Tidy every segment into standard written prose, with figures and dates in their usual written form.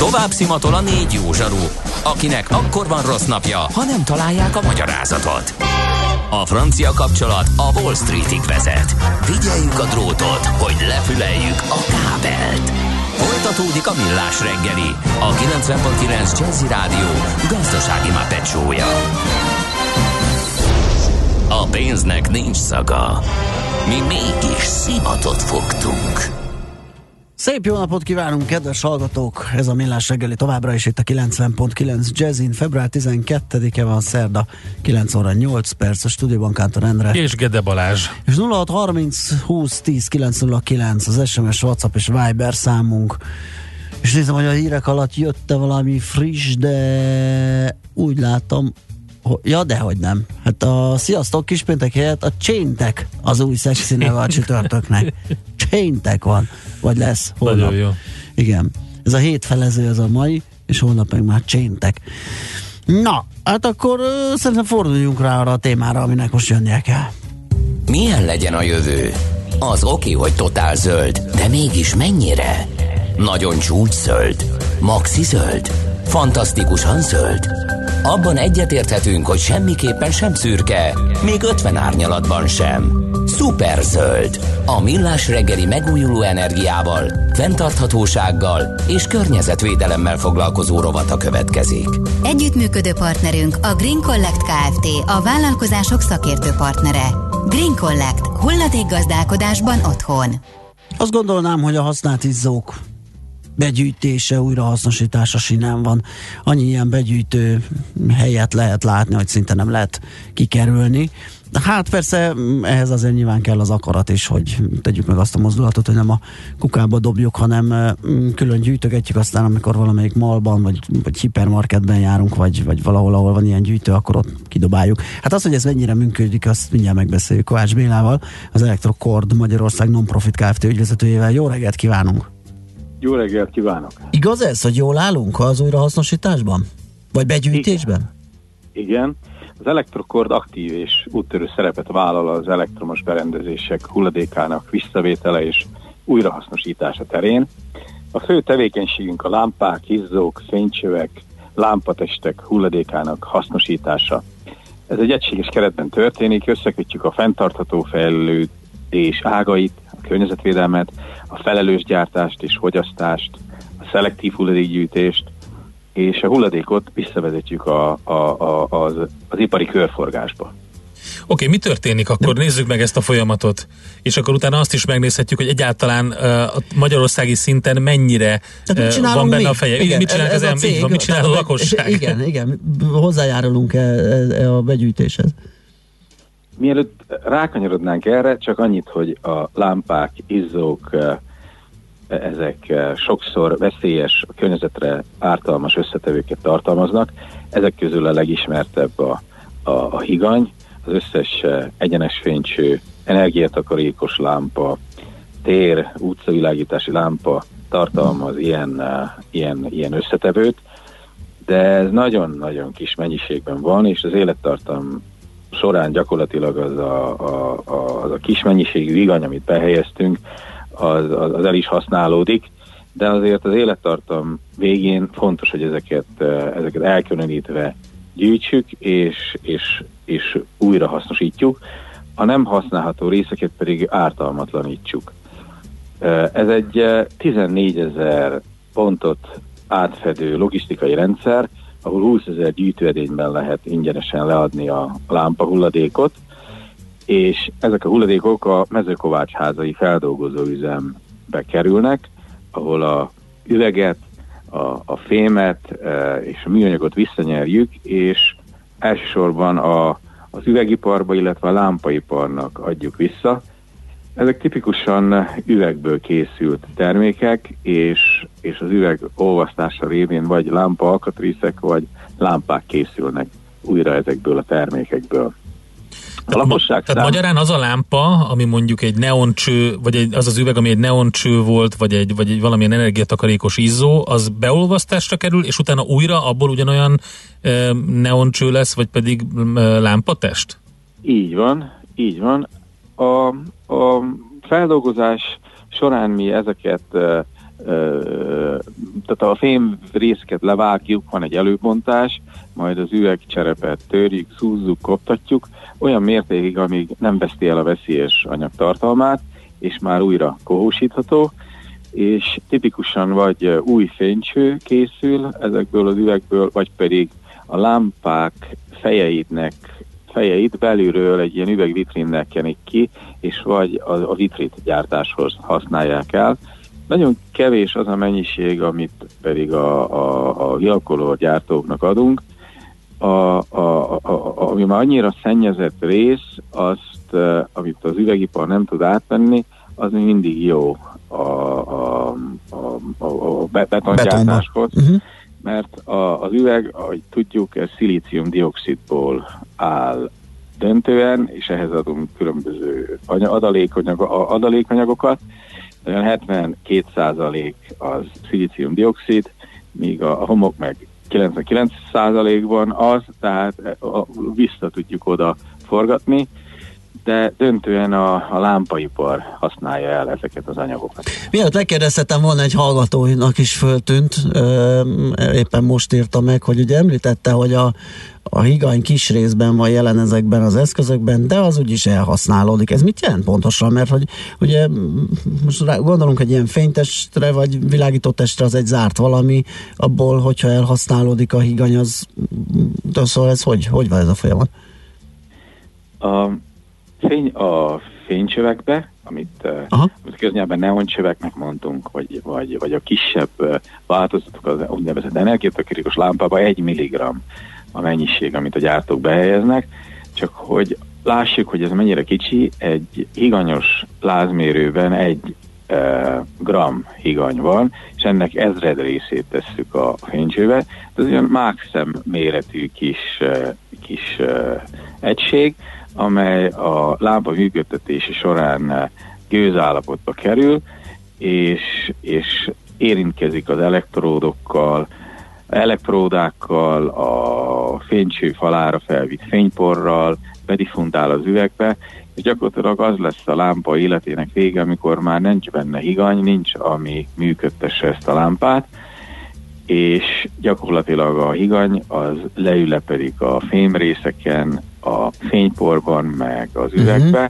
Tovább szimatol a 4 jó zsaru, akinek akkor van rossz napja, ha nem találják a magyarázatot. A francia kapcsolat a Wall Streetig vezet. Figyeljük a drótot, hogy lefüleljük a kábelt. Folytatódik a Millás reggeli, a 90.9 Jazzy Rádió gazdasági mápecsója. A pénznek nincs szaga. Mi mégis szimatot fogtunk. Szép jó napot kívánunk, kedves hallgatók! Ez a Millás reggeli továbbra is itt a 90.9 Jazzin. Február 12-e van, szerda, 9 óra 8 perc, a stúdióban Kántor Endre. És Gede Balázs. És 0630 20 10 909 az SMS, WhatsApp és Viber számunk. És nézem, hogy a hírek alatt jött valami friss, de úgy látom, ja, dehogy nem. Hát a sziasztok kispéntek helyett a Chaintek az új szexi neve a csütörtöknek. Chaintek van, vagy lesz holnap. Nagyon jó. Igen. Ez a hétfelező, ez a mai, és holnap meg már Chaintek. Na, hát akkor szerintem forduljunk rá arra a témára, aminek most jönnie kell. Milyen legyen a jövő? Az oké, hogy totál zöld, de mégis mennyire? Nagyon csúcs zöld? Maxi zöld? Fantasztikusan zöld? Abban egyetérthetünk, hogy semmiképpen sem szürke, még 50 árnyalatban sem. Szuper zöld. A Millás reggeli megújuló energiával, fenntarthatósággal és környezetvédelemmel foglalkozó rovata következik. Együttműködő partnerünk a Green Collect Kft., a vállalkozások szakértő partnere. Green Collect. Hulladékgazdálkodásban otthon. Azt gondolnám, hogy a használt izzók begyűjtése, újrahasznosítása sinem van. Annyi ilyen begyűjtő helyet lehet látni, hogy szinte nem lehet kikerülni. Hát persze ehhez azért nyilván kell az akarat is, hogy tegyük meg azt a mozdulatot, hogy nem a kukába dobjuk, hanem külön gyűjtögetjük, aztán amikor valamelyik malban, vagy hipermarketben járunk, vagy valahol, ahol van ilyen gyűjtő, akkor ott kidobáljuk. Hát az, hogy ez mennyire működik, azt mindjárt megbeszéljük Kovács Bélával, az Electrocord Magyarország Non-Profit Kft. Ügyvezetőjével. Jó reggelt kívánunk! Jó reggelt kívánok! Igaz ez, hogy jól állunk az újrahasznosításban? Vagy begyűjtésben? Igen. Az Electrocord aktív és úttörő szerepet vállal az elektromos berendezések hulladékának visszavétele és újrahasznosítása terén. A fő tevékenységünk a lámpák, izzók, fénycsövek, lámpatestek hulladékának hasznosítása. Ez egy egységes keretben történik, összekötjük a fenntartható fejlődés ágait, a környezetvédelmet, a felelős gyártást és fogyasztást, a szelektív hulladékgyűjtést, és a hulladékot visszavezetjük az ipari körforgásba. Oké, mi történik akkor? Nézzük meg ezt a folyamatot, és akkor utána azt is megnézhetjük, hogy egyáltalán a magyarországi szinten mennyire van benne a feje. Igen, mit csinál mit csinál a lakosság? Igen, hozzájárulunk a begyűjtéshez. Mielőtt rákanyarodnánk erre, csak annyit, hogy a lámpák, izzók, ezek sokszor veszélyes, a környezetre ártalmas összetevőket tartalmaznak. Ezek közül a legismertebb a higany, az összes egyenes fénycső, energiatakarékos lámpa, tér, utcavilágítási lámpa tartalmaz ilyen összetevőt, de ez nagyon-nagyon kis mennyiségben van, és az élettartam során gyakorlatilag az a kis mennyiségű higany, amit behelyeztünk, az el is használódik, de azért az élettartam végén fontos, hogy ezeket elkülönítve gyűjtsük, és újra hasznosítjuk, a nem használható részeket pedig ártalmatlanítsuk. Ez egy 14 000 pontot átfedő logisztikai rendszer, ahol 20 000 gyűjtőedényben lehet ingyenesen leadni a lámpahulladékot, és ezek a hulladékok a mezőkovácsházai feldolgozóüzembe kerülnek, ahol a üveget, a fémet és a műanyagot visszanyerjük, és elsősorban az üvegiparba, illetve a lámpaiparnak adjuk vissza. Ezek tipikusan üvegből készült termékek, és az üveg olvasztása révén vagy lámpa alkatrészek, vagy lámpák készülnek újra ezekből a termékekből. Tehát magyarán az a lámpa, ami mondjuk egy neoncső, vagy az az üveg, ami egy neoncső volt, vagy egy valamilyen energiatakarékos izzó, az beolvasztásra kerül, és utána újra abból ugyanolyan neoncső lesz, vagy pedig lámpatest? Így van. A feldolgozás során mi ezeket tehát a fém részeket levágjuk, van egy előbontás, majd az üvegcserepet törjük, szúzzuk, koptatjuk, olyan mértékig, amíg nem veszti el a veszélyes anyagtartalmát, és már újra kohósítható, és tipikusan vagy új fénycső készül ezekből az üvegből, vagy pedig a lámpák fejeit belülről egy ilyen üvegvitrinnek kenik ki, és vagy a vitrit gyártáshoz használják el. Nagyon kevés az a mennyiség, amit pedig a Viacolor gyártóknak adunk. Ami már annyira szennyezett rész, azt, amit az üvegipar nem tud átvenni, az még mindig jó a betongyártáshoz, mert az üveg, ahogy tudjuk, ez szilícium-dioxidból áll döntően, és ehhez adunk különböző adalékanyagokat. Olyan 72% az szilícium-dioxid, míg a homok meg 99%-ban az, tehát vissza tudjuk oda forgatni, de döntően a lámpaipar használja el ezeket az anyagokat. Mielőtt megkérdezhetem volna, egy hallgatóinak is föltűnt, éppen most írta meg, hogy ugye említette, hogy a higany kis részben van jelen ezekben az eszközökben, de az úgyis elhasználódik. Ez mit jelent pontosan? Mert hogy ugye most gondolunk egy ilyen fénytestre, vagy világítótestre, az egy zárt valami, abból, hogyha elhasználódik a higany, szóval ez hogy van ez a folyamat? A fénycsövekbe, amit köznyelben neoncsöveknek mondtunk, vagy a kisebb változatok az úgynevezett energiatakarékos lámpában 1 milligramm a mennyiség, amit a gyártók behelyeznek, csak hogy lássuk, hogy ez mennyire kicsi, egy higanyos lázmérőben 1 gram higany van, és ennek 1000 részét tesszük a fénycsőbe. Ez olyan mákszem méretű kis egység, amely a lámpa működtetése során gőzállapotba kerül, és érintkezik az elektródákkal, a fénycső falára felvitt fényporral, bediffuntál az üvegbe, és gyakorlatilag az lesz a lámpa életének vége, amikor már nincs benne higany, nincs, ami működtesse ezt a lámpát, és gyakorlatilag a higany az leülepedik a fémrészeken, a fényporban, meg az üvegbe,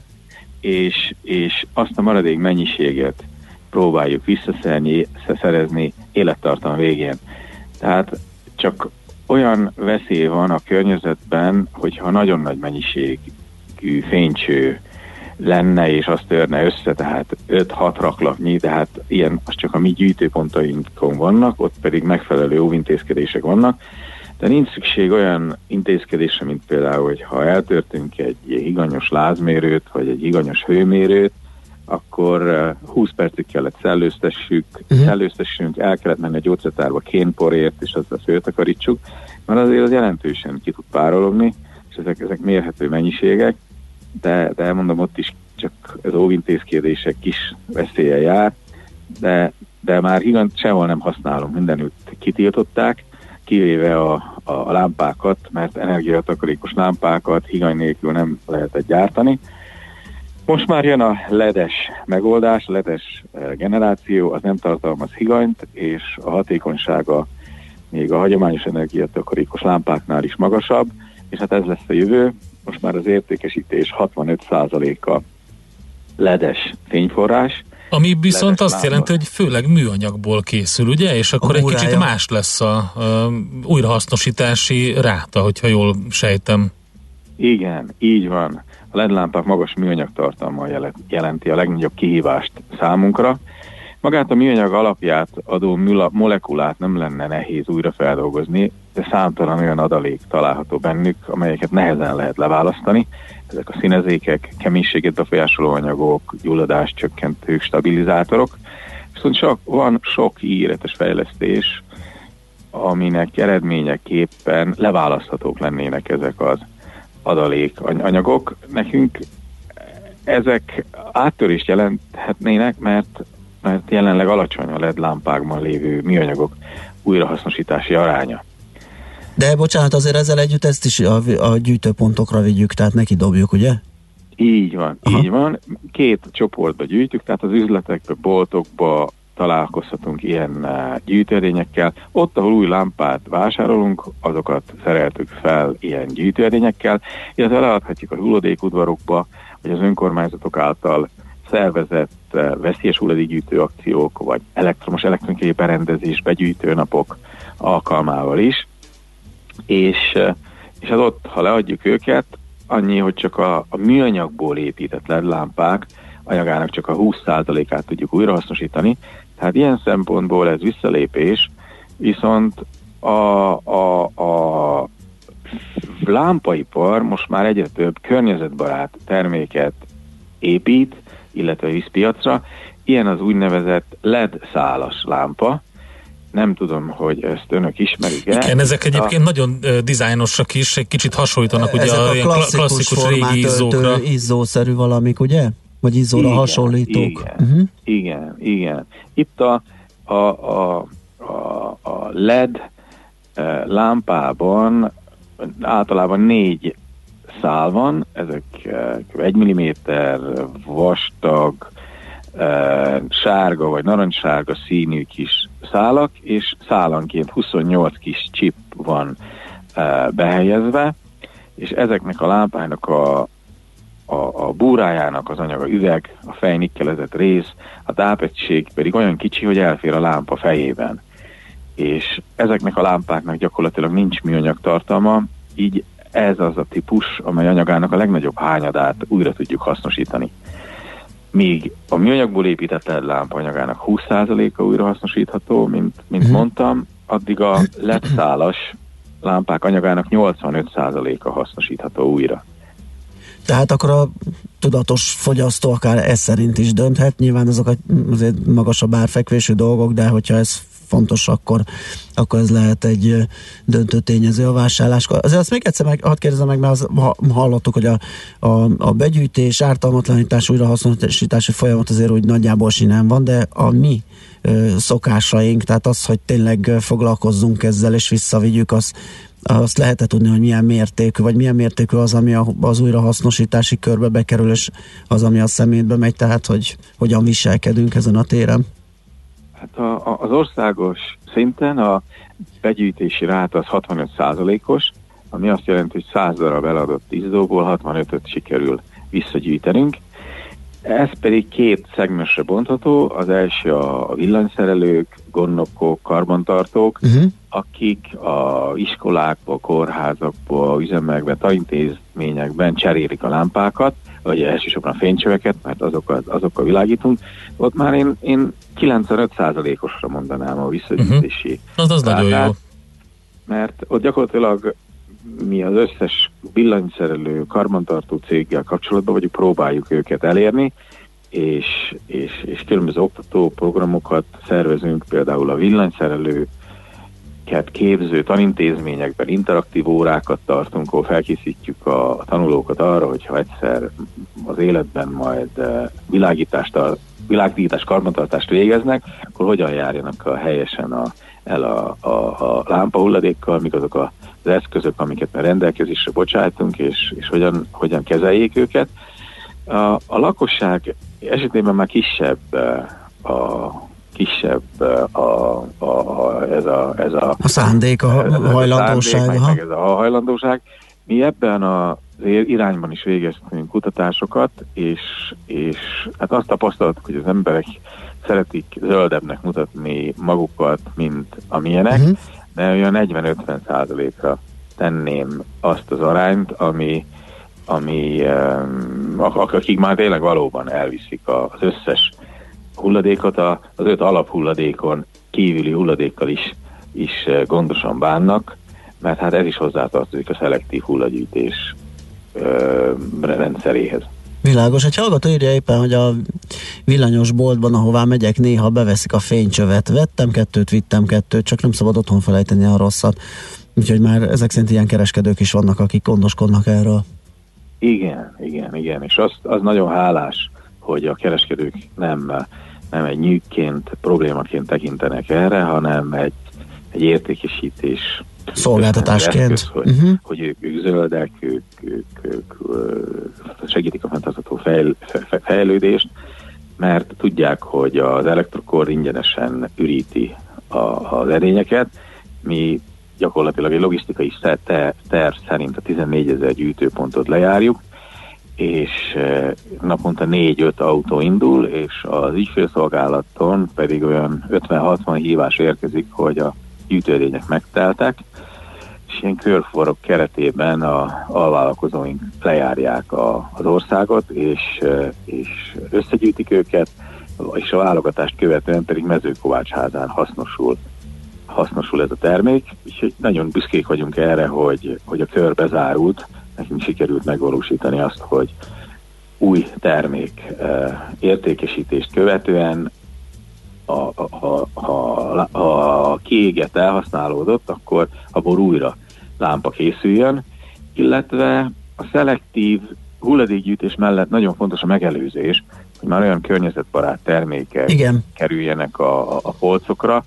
és azt a maradék mennyiséget próbáljuk visszaszerezni élettartam végén. Tehát csak olyan veszély van a környezetben, hogyha nagyon nagy mennyiségű fénycső lenne, és azt törne össze, tehát 5-6 raklapnyi, tehát ilyen, az csak a mi gyűjtőpontainkon vannak, ott pedig megfelelő óvintézkedések vannak, de nincs szükség olyan intézkedésre, mint például, hogy ha eltörtünk egy higanyos lázmérőt, vagy egy higanyos hőmérőt, akkor 20 percig kellett szellőztessünk, el kellett menni a gyógyszertárba kénporért, és azzal föltakarítsuk, mert azért az jelentősen ki tud párologni, és ezek mérhető mennyiségek, de mondom, ott is csak az óvintézkedések kis veszélye jár, de már higanyt sehol nem használunk, mindenütt kitiltották, kivéve a lámpákat, mert energiatakarékos lámpákat higany nélkül nem lehetett gyártani. Most már jön a LED-es megoldás, LED-es generáció, az nem tartalmaz higanyt, és a hatékonysága még a hagyományos energiatakarékos lámpáknál is magasabb, és hát ez lesz a jövő. Most már az értékesítés 65%-a LED-es fényforrás. Ami viszont azt jelenti, hogy főleg műanyagból készül, ugye? És akkor egy kicsit más lesz a újrahasznosítási ráta, hogyha jól sejtem. Igen, így van. A LED lámpák magas műanyag tartalma jelenti a legnagyobb kihívást számunkra. Magát a műanyag alapját adó molekulát nem lenne nehéz újra feldolgozni, de számtalan olyan adalék található bennük, amelyeket nehezen lehet leválasztani. Ezek a színezékek, keménységet befolyásoló anyagok, gyulladást csökkentők, stabilizátorok. Viszont van sok ígéretes fejlesztés, aminek eredményeképpen leválaszthatók lennének ezek az adalék anyagok. Nekünk ezek áttörést jelenthetnének, mert jelenleg alacsony a LED lámpákban lévő műanyagok újrahasznosítási aránya. De bocsánat, azért ezzel együtt ezt is a gyűjtőpontokra vigyük, tehát neki dobjuk, ugye? Így van, így van. 2 csoportba gyűjtjük, tehát az üzletekbe, boltokba találkozhatunk ilyen gyűjtőedényekkel. Ott, ahol új lámpát vásárolunk, azokat szereltük fel ilyen gyűjtőedényekkel, illetve leadhatjuk a hulladékudvarokba, vagy az önkormányzatok által szervezett veszélyes hulladékgyűjtő akciók, vagy elektronikai berendezés begyűjtő napok alkalmával is. És hát ott, ha leadjuk őket, annyi, hogy csak a műanyagból épített LED lámpák anyagának csak a 20%-át tudjuk újrahasznosítani. Tehát ilyen szempontból ez visszalépés, viszont a lámpaipar most már egyre több környezetbarát terméket épít, illetve visz piacra. Ilyen az úgynevezett LED szálas lámpa. Nem tudom, hogy ezt önök ismerik-e. Igen, ezek egyébként nagyon dizájnosak is, egy kicsit hasonlítanak ugye a klasszikus régi izzókra. Izzószerű valamik, ugye? Vagy izzóra hasonlítók. Igen. Itt a LED lámpában általában 4 szál van, ezek 1 mm vastag, sárga vagy narancssárga színű kis szálak, és szálanként 28 kis chip van behelyezve, és ezeknek a lámpának a búrájának az anyaga üveg, a fej nikkelezett rész, a tápegység pedig olyan kicsi, hogy elfér a lámpa fejében. És ezeknek a lámpáknak gyakorlatilag nincs műanyag tartalma, így ez az a típus, amely anyagának a legnagyobb hányadát újra tudjuk hasznosítani. Míg a műanyagból épített LED lámpa anyagának 20%-a újra hasznosítható, mint mondtam, addig a LED szálas lámpák anyagának 85%-a hasznosítható újra. Tehát akkor a tudatos fogyasztó akár ez szerint is dönthet. Nyilván azok azért magasabb árfekvésű dolgok, de hogyha ez fontos, akkor ez lehet egy döntő tényező a vásárláskor. Azért azt még egyszer hadd kérdezem meg, mert hallottuk, hogy a begyűjtés, ártalmatlanítás, újrahasznosítási folyamat azért úgy nagyjából sinem van, de a mi szokásaink, tehát az, hogy tényleg foglalkozzunk ezzel és visszavigyük, azt lehet tudni, hogy milyen mértékű az, ami az újrahasznosítási körbe bekerül, és az, ami a szemétbe megy, tehát hogy hogyan viselkedünk ezen a téren? Hát az országos szinten a begyűjtési ráta az 65%-os, ami azt jelenti, hogy 100 darab eladott izzóból 65-öt sikerül visszagyűjtenünk. Ez pedig 2 szegmensre bontható. Az első a villanyszerelők, gondnokok, karbantartók, akik a iskolákba, kórházakba, üzemekben, tanintézményekben cserélik a lámpákat, vagy elsősorban a fénycsöveket, mert azokkal világítunk. Ott már én 95%-osra mondanám a visszagyűjtési az nagyon jó. Mert ott gyakorlatilag mi az összes villanyszerelő, karbantartó céggel kapcsolatban vagyunk, próbáljuk őket elérni, és különböző oktató programokat szervezünk, például a villanyszerelőket képző tanintézményekben interaktív órákat tartunk, ahol felkészítjük a tanulókat arra, hogyha egyszer az életben majd világítás karbantartást végeznek, akkor hogyan járjanak helyesen el a lámpahulladékkal, mik azok az eszközök, amiket már rendelkezésre bocsájtunk, és hogyan kezeljék őket. A lakosság esetében már kisebb ez a szándék, a hajlandóság. Meg ez a hajlandóság. Mi ebben az irányban is végeztünk kutatásokat, és hát azt tapasztaltuk, hogy az emberek szeretik zöldebbnek mutatni magukat, mint amilyenek, de olyan 40-50%-ra tenném azt az arányt, akik már tényleg valóban elviszik az összes hulladékot, az 5 alaphulladékon kívüli hulladékkal is gondosan bánnak, mert hát ez is hozzátartozik a szelektív hullagyűjtés rendszeréhez. Világos. Egy hallgató írja éppen, hogy a villanyos boltban, ahová megyek, néha beveszik a fénycsövet. Vittem 2, csak nem szabad otthon felejteni a rosszat. Úgyhogy már ezek szerint ilyen kereskedők is vannak, akik gondoskodnak erről. Igen. És az nagyon hálás, hogy a kereskedők nem egy nyűgként, problémaként tekintenek erre, hanem egy értékesítés szolgáltatásként. Hogy ők zöldek, ők segítik a fenntartható fejlődést, mert tudják, hogy az elektrokor ingyenesen üríti az edényeket. Mi gyakorlatilag egy logisztikai terv szerint a 14 000 gyűjtőpontot lejárjuk, és naponta 4-5 autó indul, és az ügyfélszolgálaton pedig olyan 50-60 hívás érkezik, hogy a gyűjtőedények megteltek, és ilyen körforog keretében a alvállalkozóink lejárják az országot, és összegyűjtik őket, és a válogatást követően pedig Mezőkovácsházán hasznosul ez a termék, és nagyon büszkék vagyunk erre, hogy a kör bezárult, nekünk sikerült megvalósítani azt, hogy új termék értékesítést követően ha kiégett, elhasználódott, akkor abból újra lámpa készüljön, illetve a szelektív hulladékgyűjtés mellett nagyon fontos a megelőzés, hogy már olyan környezetbarát termékek kerüljenek a polcokra,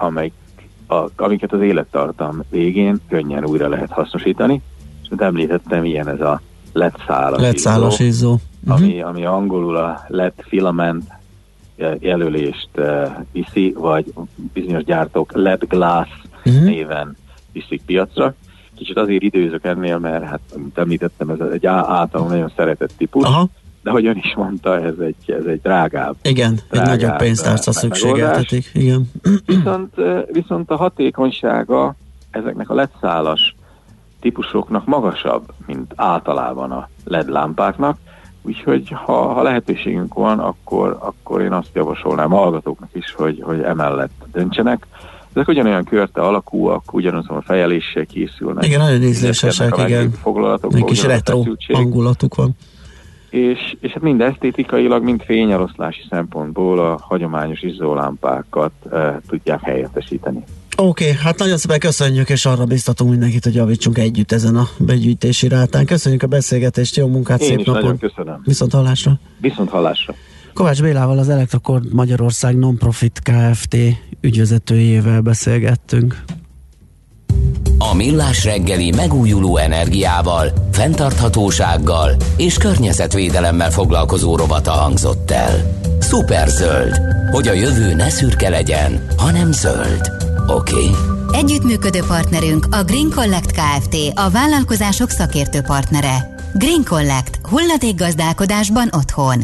amiket az élettartam végén könnyen újra lehet hasznosítani. És említettem, ilyen ez a LED-szálas izzó, ami angolul a LED filament jelölést viszi, vagy bizonyos gyártók LED glass néven viszik piacra. Kicsit azért időzök ennél, mert hát, amit említettem, ez egy általán nagyon szeretett típus, de hogy ön is mondta, ez egy drágább. Igen, egy nagyobb pénztárca szükségeltetik. Igen. Viszont a hatékonysága ezeknek a LED-szálas típusoknak magasabb, mint általában a LED lámpáknak, úgyhogy ha lehetőségünk van, akkor én azt javasolnám a hallgatóknak is, hogy emellett döntsenek. Ezek ugyanolyan körte alakúak, ugyanazon a fejeléssel készülnek. Igen, nagyon ízlésesek, igen. Egy kis retro hangulatuk van. És hát mind esztétikailag, mind fényeloszlási szempontból a hagyományos izzólámpákat tudják helyettesíteni. Oké, hát nagyon szépen köszönjük, és arra biztatunk mindenkit, hogy javítsunk együtt ezen a begyűjtési rátán. Köszönjük a beszélgetést, jó munkát, szép napot! Nagyon köszönöm. Viszont hallásra! Viszont hallásra! Kovács Bélával, az Elektrokor Magyarország Non-Profit Kft. Ügyvezetőjével beszélgettünk. A Millás reggeli megújuló energiával, fenntarthatósággal és környezetvédelemmel foglalkozó rovata hangzott el. Szuperzöld, hogy a jövő ne szürke legyen, hanem zöld. Oké? Együttműködő partnerünk a Green Collect Kft. A vállalkozások szakértő partnere. Green Collect. Hulladékgazdálkodásban otthon.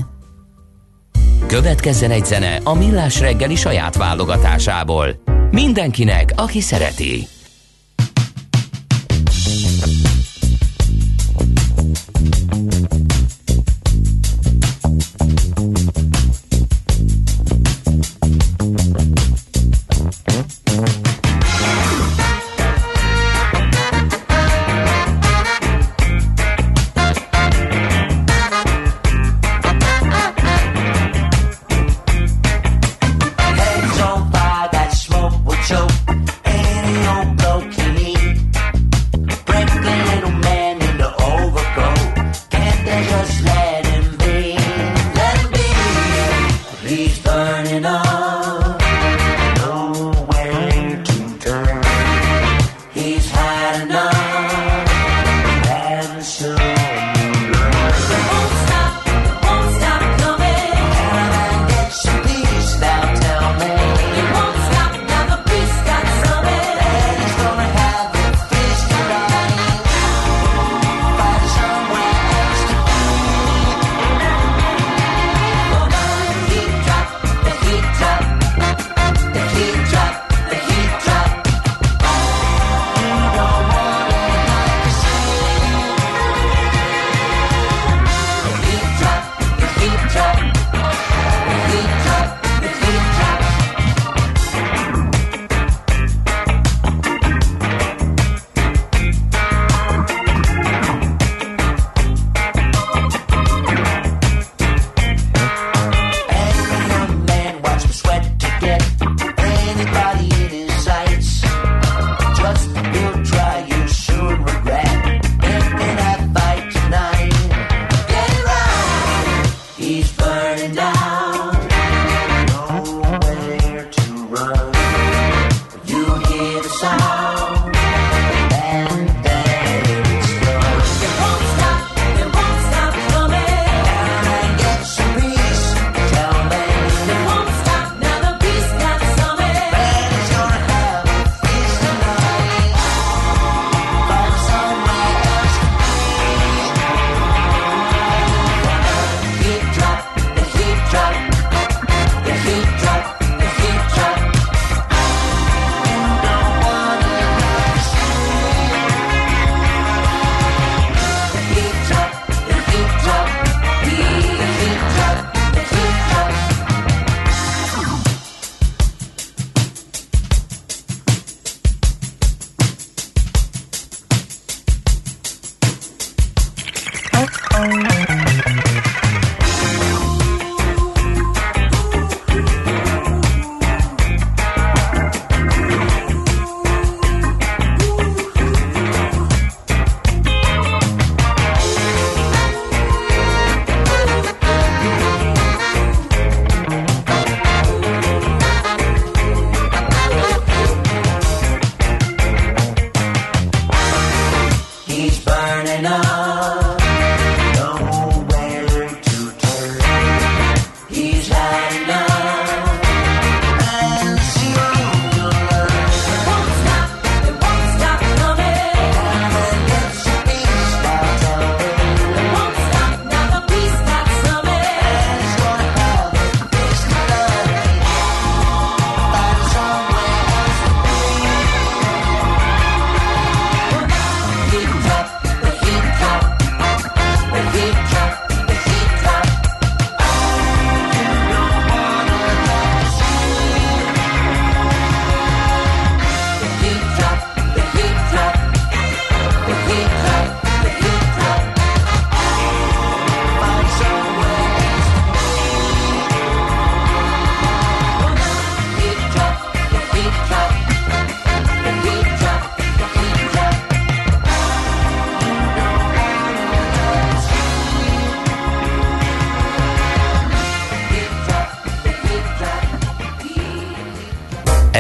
Következzen egy zene a Millás reggeli saját válogatásából. Mindenkinek, aki szereti. Heads on fire, that smoke will choke any old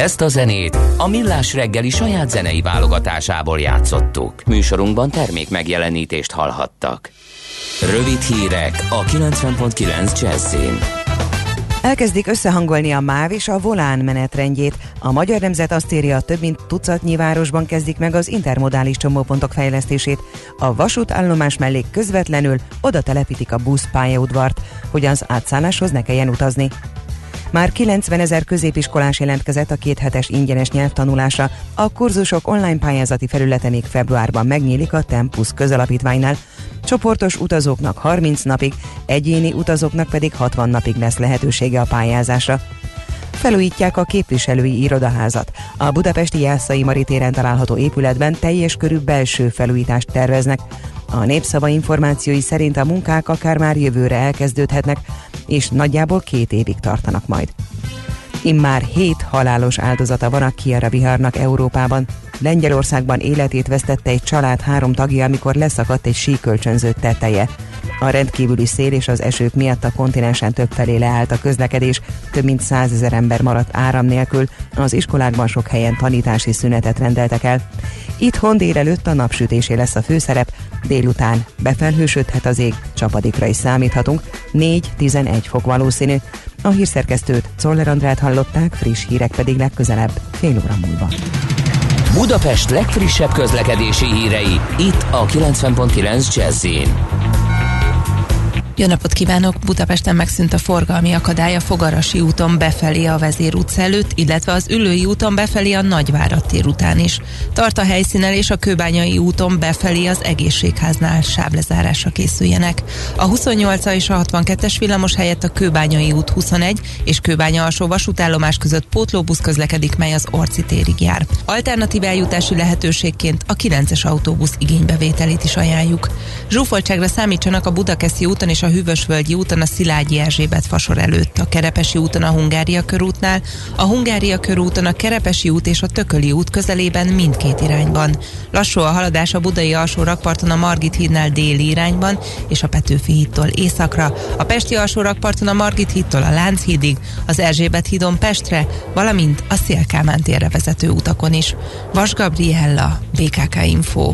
Ezt a zenét a Millás reggeli saját zenei válogatásából játszottuk. Műsorunkban termék megjelenítést hallhattak. Rövid hírek a 90.9 Jazzin. Elkezdik összehangolni a MÁV és a Volán menetrendjét. A Magyar Nemzet azt írja, több mint tucatnyi városban kezdik meg az intermodális csomópontok fejlesztését. A vasútállomás mellé közvetlenül oda telepítik a buszpályaudvart, hogy az átszálláshoz ne kelljen utazni. Már 90 000 középiskolás jelentkezett a 2 hetes ingyenes nyelvtanulásra. A kurzusok online pályázati felülete még februárban megnyílik a Tempus közalapítványnál. Csoportos utazóknak 30 napig, egyéni utazóknak pedig 60 napig lesz lehetősége a pályázásra. Felújítják a képviselői irodaházat. A budapesti Jászai Mari téren található épületben teljes körű belső felújítást terveznek. A Népszava információi szerint a munkák akár már jövőre elkezdődhetnek, és nagyjából 2 évig tartanak majd. Immár 7 halálos áldozata van a Kiara viharnak Európában. Lengyelországban életét vesztette egy család 3 tagja, amikor leszakadt egy síkölcsönző teteje. A rendkívüli szél és az esők miatt a kontinensen többfelé leállt a közlekedés, több mint 100 000 ember maradt áram nélkül, az iskolákban sok helyen tanítási szünetet rendeltek el. Itthon délelőtt a napsütésé lesz a főszerep, délután befelhősödhet az ég, csapadékra is számíthatunk, 4-11 fok valószínű. A hírszerkesztőt, Czoller Andrát hallották, friss hírek pedig legközelebb, fél óra múlva. Budapest legfrissebb közlekedési hírei, itt a 90.9 Jazzin. Jó napot kívánok! Budapesten megszűnt a forgalmi akadály a Fogarasi úton befelé a Vezér utca előtt, illetve az Üllői úton befelé a Nagyvárad tér után is. Tart a helyszínen és a Kőbányai úton befelé az Egészségháznál sávlezárásra készüljenek. A 28 és a 62-es villamos helyett a Kőbányai út 21 és Kőbánya alsó vasútállomás között pótlóbusz közlekedik, mely az Orci térig jár. Alternatív eljutási lehetőségként a 9-es autóbusz igénybevételét is ajánljuk. Zsúfoltságra számítsanak a Budakeszi úton és a Hűvösvölgyi úton a Szilágyi Erzsébet fasor előtt, a Kerepesi úton a Hungária körútnál, a Hungária körúton a Kerepesi út és a Tököli út közelében mindkét irányban. Lassú a haladás a Budai alsó rakparton a Margit hídnál déli irányban és a Petőfi hídtól északra, a Pesti alsó rakparton a Margit hídtól a Lánchídig, az Erzsébet hídon Pestre, valamint a Széll Kálmán térre vezető utakon is. Vas Gabriella, BKK Info.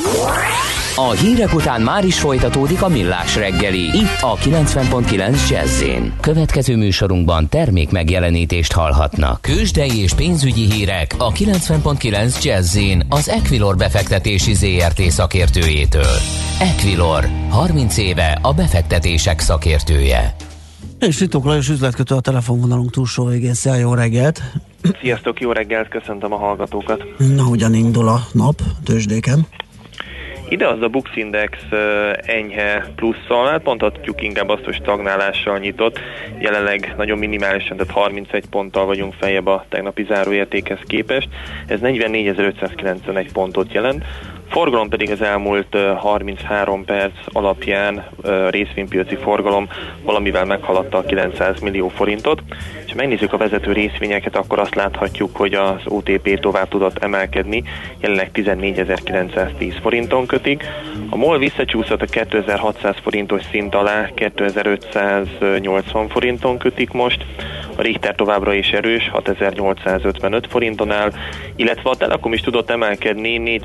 A hírek után már is folytatódik a Millás reggeli, itt a 90.9 Jazzin. Következő műsorunkban termék megjelenítést hallhatnak. Kősdei és pénzügyi hírek a 90.9 Jazzin az Equilor befektetési ZRT szakértőjétől. Equilor, 30 éve a befektetések szakértője. És Ritók Lajos üzletkötő a telefonvonalunk túlsó végén. Szia, jó reggelt! Sziasztok, jó reggelt, köszöntöm a hallgatókat! Na, hogyan indul a nap tőzsdéken? Ide az a Bux Index enyhe plusszal, hát mondhatjuk inkább azt, hogy stagnálással nyitott. Jelenleg nagyon minimálisan, tehát 31 ponttal vagyunk feljebb a tegnapi záróértékhez képest. Ez 44.591 pontot jelent. Forgalom pedig az elmúlt 33 perc alapján részvénypiaci forgalom valamivel meghaladta a 900 millió forintot. És ha megnézzük a vezető részvényeket, akkor azt láthatjuk, hogy az OTP tovább tudott emelkedni, jelenleg 14.910 forinton kötik. A MOL visszacsúszott a 2600 forintos szint alá, 2580 forinton kötik most. A Richter továbbra is erős, 6855 forinton áll, illetve a Telekom is tudott emelkedni,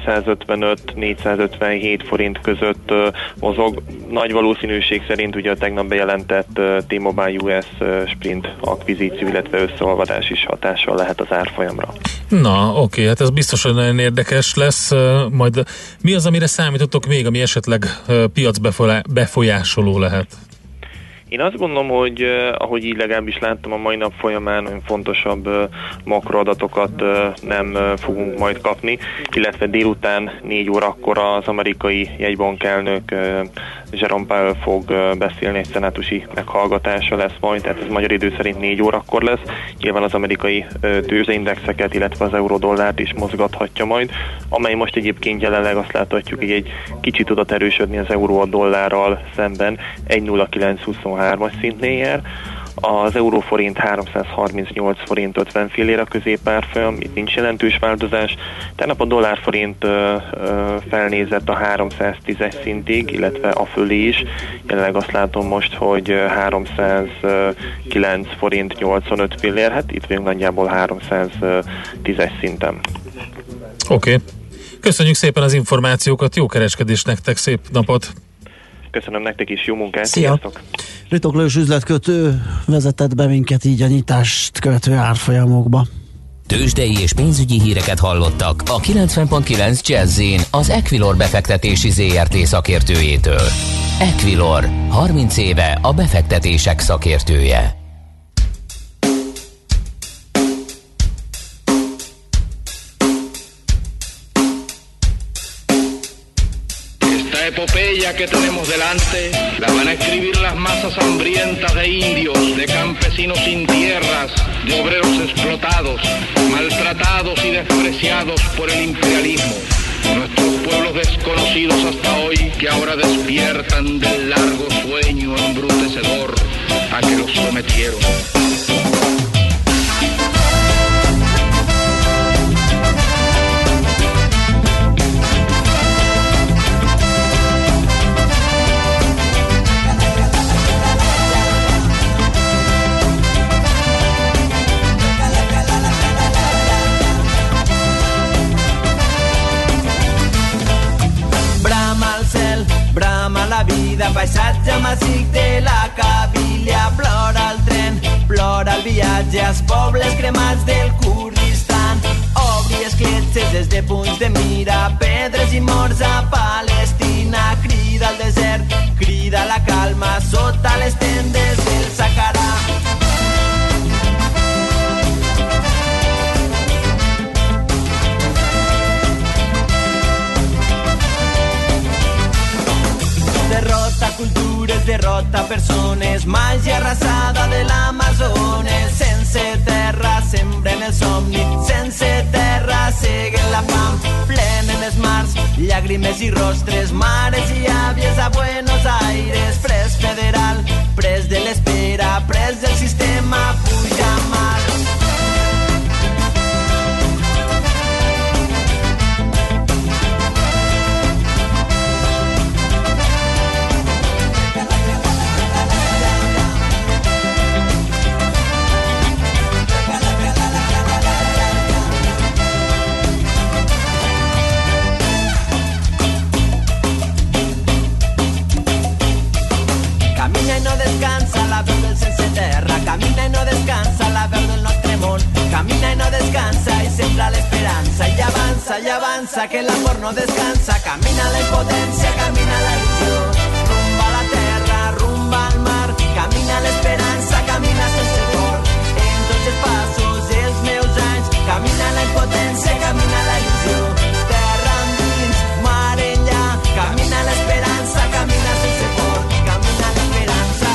455-457 forint között mozog. Nagy valószínűség szerint ugye a tegnap bejelentett T-Mobile US Sprint akvizíció, illetve összeolvadás is hatással lehet az árfolyamra. Na, oké, hát ez biztos, hogy nagyon érdekes lesz. Majd mi az, amire számítottok még, ami esetleg piac befolyásoló lehet? Én azt gondolom, hogy ahogy így legalábbis láttam a mai nap folyamán, olyan fontosabb makroadatokat nem fogunk majd kapni, illetve délután 4 órakor az amerikai jegybankelnök Jerome Powell fog beszélni, egy szenátusi meghallgatása lesz majd, tehát ez magyar idő szerint 4 órakor lesz. Nyilván az amerikai tőzsdeindexeket, illetve az euró-dollárt is mozgathatja majd, amely most egyébként jelenleg azt láthatjuk, hogy egy kicsit tudott erősödni az euró a dollárral szemben, 1,0923-as szintnél jár. Az euróforint 338 forint 50 fillér a középárfolyam, itt nincs jelentős változás. Tegnap a dollárforint felnézett a 310-es szintig, illetve a fölé is. Jelenleg azt látom most, hogy 309 forint 85 fillér, hát itt vagyunk nagyjából 310-es szinten. Oké. Köszönjük szépen az információkat, jó kereskedést nektek, szép napot! Köszönöm nektek is, jó munkát, sziasztok! Ritok Lős üzletkötő vezetett be minket így a nyitást követő árfolyamokba. Tőzsdei és pénzügyi híreket hallottak a 90.9 Jazz-in az Equilor befektetési ZRT szakértőjétől. Equilor, 30 éve a befektetések szakértője. Epopeya que tenemos delante la van a escribir las masas hambrientas de indios, de campesinos sin tierras, de obreros explotados, maltratados y despreciados por el imperialismo. Nuestros pueblos desconocidos hasta hoy que ahora despiertan del largo sueño embrutecedor a que los sometieron. Brama la vida, paisatge màgic de la Cabília, plora el tren, plora el viatge als pobles cremats del Kurdistan. Obri escletxes des de punts de mira, pedres i morts a Palestina. Crida al desert, crida la calma sota les tendes del Sàhara. Derrota cultures, derrota persones, màgia arrasada de l'Amazones. Sense terra sembren el somni, sense terra seguen la fam, plenen els mars, llàgrimes i rostres, mares i àvies a Buenos Aires. Pres federal, pres de l'espera, pres del sistema, puja mal. Camina i no descansa la veu del nostre món. Camina i no descansa i sembra l'esperança. I avança, que l'amor no descansa. Camina la impotència, camina la il·lusió. Rumba a la terra, rumba al mar. Camina l'esperança, camina sense por. En tots els passos, els meus anys. Camina la impotència, camina la il·lusió. Terra endins, mar enllà. Camina l'esperança, camina sense por. Camina l'esperança.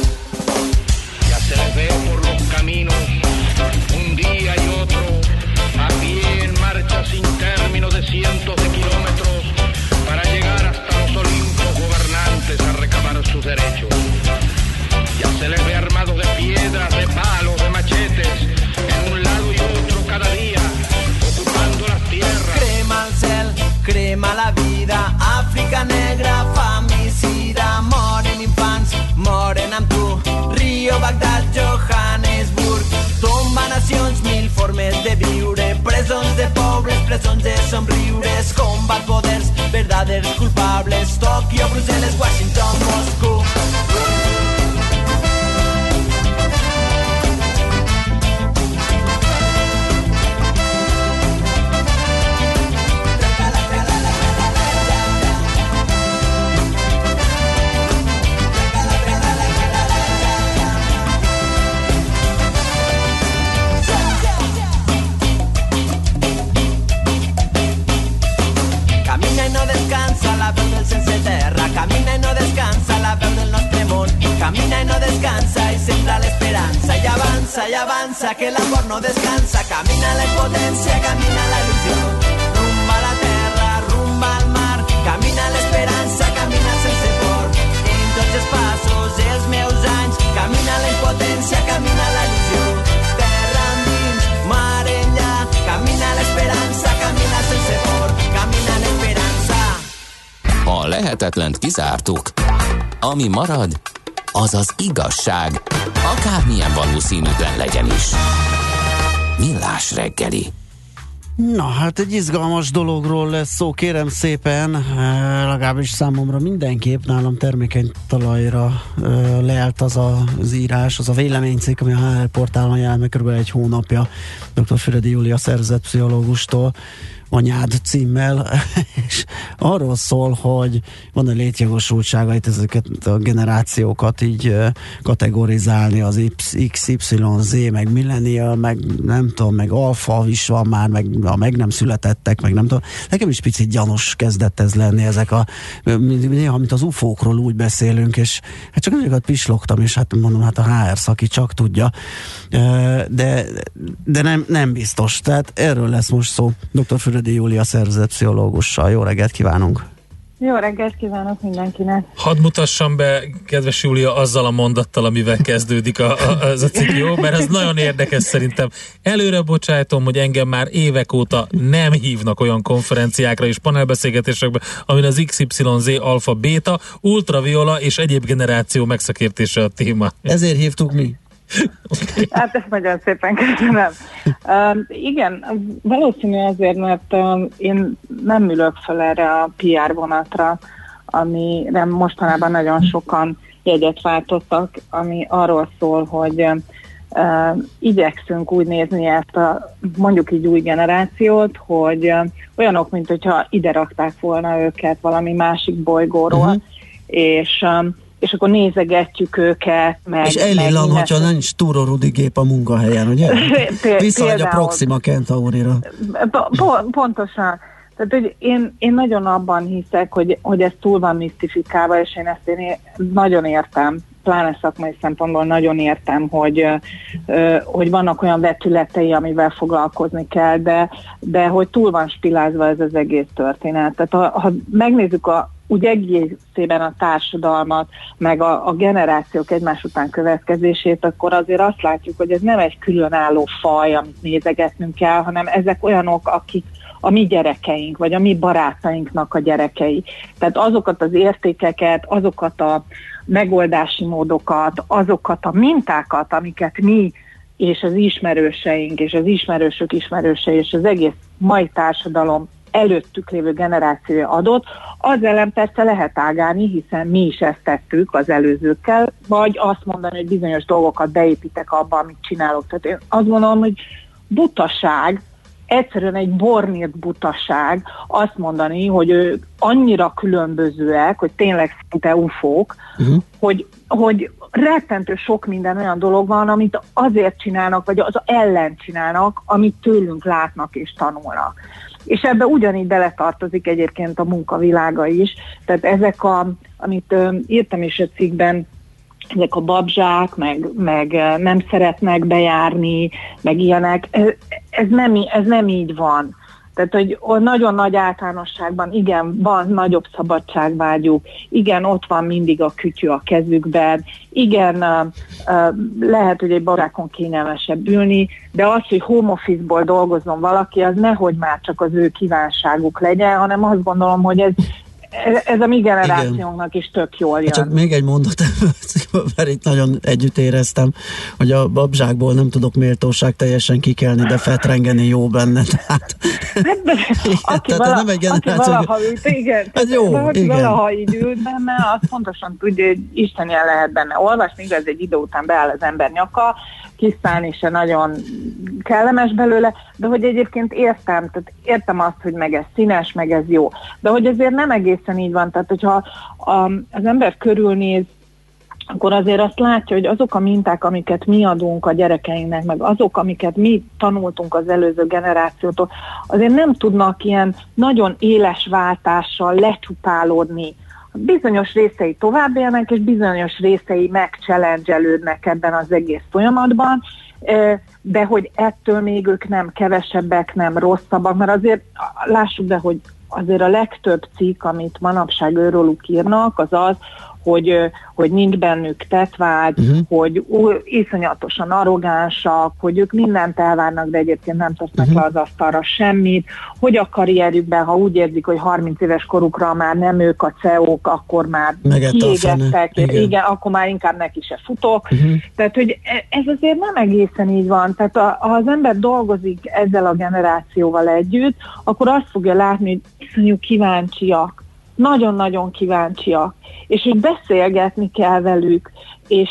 Se les ve por los caminos, un día y otro, a pie en marcha sin término de cientos de kilómetros, para llegar hasta los Olimpos gobernantes a recabar sus derechos. Ya se les ve armados de piedras, de palos, de machetes, en un lado y otro cada día, ocupando las tierras. Crema el cel, crema la vida, Àfrica negra, famicida, moren infants, moren amb tu. Rio, Bagdad, Johannesburg, tomba nacions, mil formes de viure, presons de pobles, presons de somriures, combat poders, verdaders culpables, Tòquio, Brussel·les, Washington, Moscou. Camina i no descansa la veu del nostre món. Camina i no descansa i sembra l'esperança. I avança, que l'amor no descansa. Camina la impotència, camina la il·lusió. Rumba a la terra, rumba al mar. Camina l'esperança, camina sense por. En tots els passos, els meus anys. Camina la impotència, lehetetlent kizártuk. Ami marad, az az igazság, akármilyen valószínűtlen legyen is. Millás reggeli. Na, hát egy izgalmas dologról lesz szó, kérem szépen, legalábbis számomra mindenképp, nálam termékeny talajra lelt az írás, az a véleménycikk, ami a HR portálon jelent meg kb. Egy hónapja dr. Füredi Júlia szervezetpszichológustól, Anyád címmel, és arról szól, hogy van egy létjogosultsága itt ezeket a generációkat így kategorizálni, az XYZ, meg millennial, meg nem tudom, meg alfa is van már, meg a meg nem születettek, meg nem tudom. Nekem is picit gyanús kezdett ez lenni, ezek néha, mint az UFO-król úgy beszélünk, és hát csak nagyokat pislogtam, és hát mondom, hát a HR szaki csak tudja, de nem biztos. Tehát erről lesz most szó. Dr. Füredi Júlia szervezetpszichológussal. Jó reggelt kívánunk! Jó reggelt kívánok mindenkinek! Hadd mutassam be, kedves Júlia, azzal a mondattal, amivel kezdődik az a cikk, jó? Mert ez nagyon érdekes szerintem. Előre bocsájtom, hogy engem már évek óta nem hívnak olyan konferenciákra és panelbeszélgetésekbe, amin az XYZ, alfa, beta, ultraviola és egyéb generáció megszakértése a téma. Ezért hívtuk mi. Okay. Hát ezt nagyon szépen köszönöm. Igen, valószínű azért, mert én nem ülök fel erre a PR vonatra, amire mostanában nagyon sokan jegyet váltottak, ami arról szól, hogy igyekszünk úgy nézni ezt a mondjuk így új generációt, hogy olyanok, mint hogyha ide rakták volna őket valami másik bolygóról, és akkor nézegetjük őket. És elillan, hogyha nincs túrorudi gép a munkahelyen, ugye? Visszaadj a Proxima Centaurira. Pontosan. Tehát, hogy én nagyon abban hiszek, hogy ez túl van misztifikálva, és én ezt nagyon értem, pláne szakmai szempontból nagyon értem, hogy vannak olyan vetületei, amivel foglalkozni kell, de hogy túl van spilázva ez az egész történet. Tehát ha megnézzük úgy egészében a társadalmat, meg a generációk egymás után következését, akkor azért azt látjuk, hogy ez nem egy különálló faj, amit nézegetnünk kell, hanem ezek olyanok, akik a mi gyerekeink, vagy a mi barátainknak a gyerekei. Tehát azokat az értékeket, azokat a megoldási módokat, azokat a mintákat, amiket mi és az ismerőseink, és az ismerősök ismerősei, és az egész mai társadalom előttük lévő generációja adott, az ellen persze lehet ágálni, hiszen mi is ezt tettük az előzőkkel, vagy azt mondani, hogy bizonyos dolgokat beépítek abba, amit csinálok. Tehát én azt gondolom, hogy butaság, egyszerűen egy bornírt butaság azt mondani, hogy ők annyira különbözőek, hogy tényleg szinte ufók, hogy rettentő sok minden olyan dolog van, amit azért csinálnak, vagy az ellen csinálnak, amit tőlünk látnak és tanulnak. És ebbe ugyanígy beletartozik egyébként a munkavilága is. Tehát ezek, amit írtam is a cikkben, ezek a babzsák, meg nem szeretnek bejárni, meg ilyenek, ez nem így van. Tehát, hogy nagyon nagy általánosságban, igen, van nagyobb szabadságvágyuk, igen, ott van mindig a kütyű a kezükben, igen, lehet, hogy egy barákon kényelmesebb ülni, de az, hogy home office-ból dolgozzon valaki, az nehogy már csak az ő kívánságuk legyen, hanem azt gondolom, hogy ez a mi generációnknak is tök jól jön. Csak még egy mondat, mert itt nagyon együtt éreztem, hogy a babzsákból nem tudok méltóság teljesen kikelni, de fetrengeni jó benne. Tehát, aki valaha ült, igen. Valaha így ült benne, azt pontosan tudja, hogy Isten jel lehet benne olvasni, igaz, egy idő után beáll az ember nyaka, kiszállni se nagyon kellemes belőle, de hogy egyébként értem azt, hogy meg ez színes, meg ez jó. De hogy azért nem egészen így van, tehát hogyha az ember körülnéz, akkor azért azt látja, hogy azok a minták, amiket mi adunk a gyerekeinknek, meg azok, amiket mi tanultunk az előző generációtól, azért nem tudnak ilyen nagyon éles váltással lecsupálódni. Bizonyos részei tovább élnek, és bizonyos részei megchallenge-elődnek ebben az egész folyamatban, de hogy ettől még ők nem kevesebbek, nem rosszabbak, mert azért lássuk be, hogy azért a legtöbb cikk, amit manapság őróluk írnak, az az, hogy nincs bennük tettvágy, hogy iszonyatosan arrogánsak, hogy ők mindent elvárnak, de egyébként nem tesznek le az asztalra semmit, hogy a karrierjükben, ha úgy érzik, hogy 30 éves korukra már nem ők a CEO-k, akkor már kiégettek, igen, akkor már inkább neki se futok. Tehát, hogy ez azért nem egészen így van. Tehát ha az ember dolgozik ezzel a generációval együtt, akkor azt fogja látni, hogy iszonyú kíváncsiak, nagyon-nagyon kíváncsiak, és hogy beszélgetni kell velük, és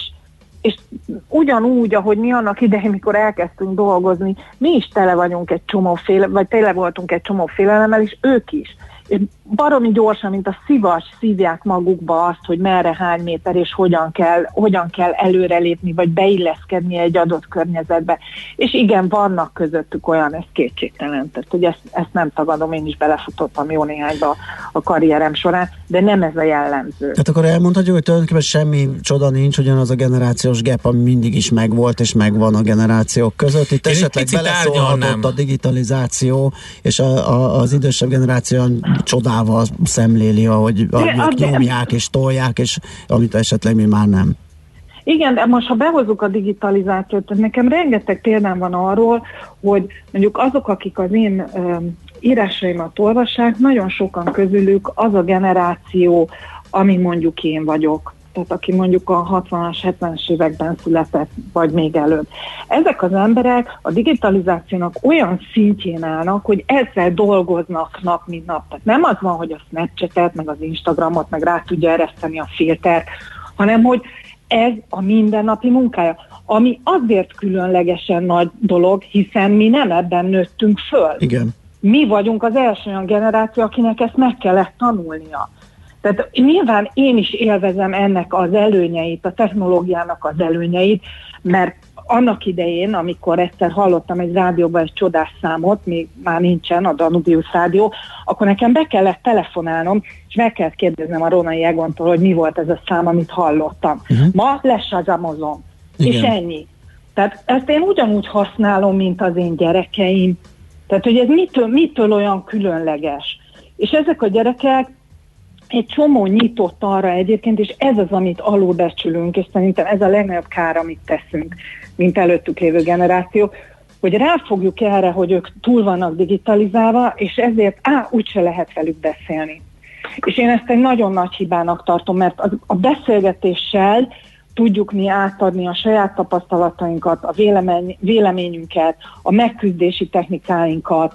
ugyanúgy, ahogy mi annak idején, mikor elkezdtünk dolgozni, mi is tele vagyunk egy csomó vagy tele voltunk egy csomó félelemmel, és ők is. És baromi gyorsan, mint a szivacs, szívják magukba azt, hogy merre, hány méter, és hogyan kell előrelépni, vagy beilleszkedni egy adott környezetbe. És igen, vannak közöttük olyan, ez kétségtelen. Tehát, hogy ezt nem tagadom, én is belefutottam jó néhányba a karrierem során, de nem ez a jellemző. Tehát akkor elmondhatjuk, hogy tulajdonképpen semmi csoda nincs, ugyanaz a generációs gap, ami mindig is megvolt, és megvan a generációk között. Itt esetleg beleszólhatott a digitalizáció, és az idősebb generáció csodával szemléli, ahogy nyomják és tolják, és amit esetleg mi már nem. Igen, de most ha behozzuk a digitalizációt, nekem rengeteg példám van arról, hogy mondjuk azok, akik az én írásaimat olvassák, nagyon sokan közülük az a generáció, ami mondjuk én vagyok. Tehát aki mondjuk a 60-as, 70-es években született, vagy még előbb. Ezek az emberek a digitalizációnak olyan szintjén állnak, hogy ezzel dolgoznak nap, mint nap. Tehát nem az van, hogy a Snapchatet, meg az Instagramot, meg rá tudja ereszteni a filtert, hanem hogy ez a mindennapi munkája, ami azért különlegesen nagy dolog, hiszen mi nem ebben nőttünk föl. Igen. Mi vagyunk az első olyan generáció, akinek ezt meg kellett tanulnia. Tehát nyilván én is élvezem ennek az előnyeit, a technológiának az előnyeit, mert annak idején, amikor egyszer hallottam egy rádióban egy csodás számot, még már nincsen, a Danubius rádió, akkor nekem be kellett telefonálnom, és meg kellett kérdeznem a Rónai Egontól, hogy mi volt ez a szám, amit hallottam. Ma lesazamozom, és ennyi. Tehát ezt én ugyanúgy használom, mint az én gyerekeim. Tehát, hogy ez mitől olyan különleges. És ezek a gyerekek egy csomó nyitott arra egyébként, és ez az, amit alulbecsülünk, és szerintem ez a legnagyobb kár, amit teszünk, mint előttük lévő generáció, hogy ráfogjuk erre, hogy ők túl vannak digitalizálva, és ezért úgyse lehet velük beszélni. És én ezt egy nagyon nagy hibának tartom, mert a beszélgetéssel tudjuk mi átadni a saját tapasztalatainkat, a véleményünket, a megküzdési technikáinkat,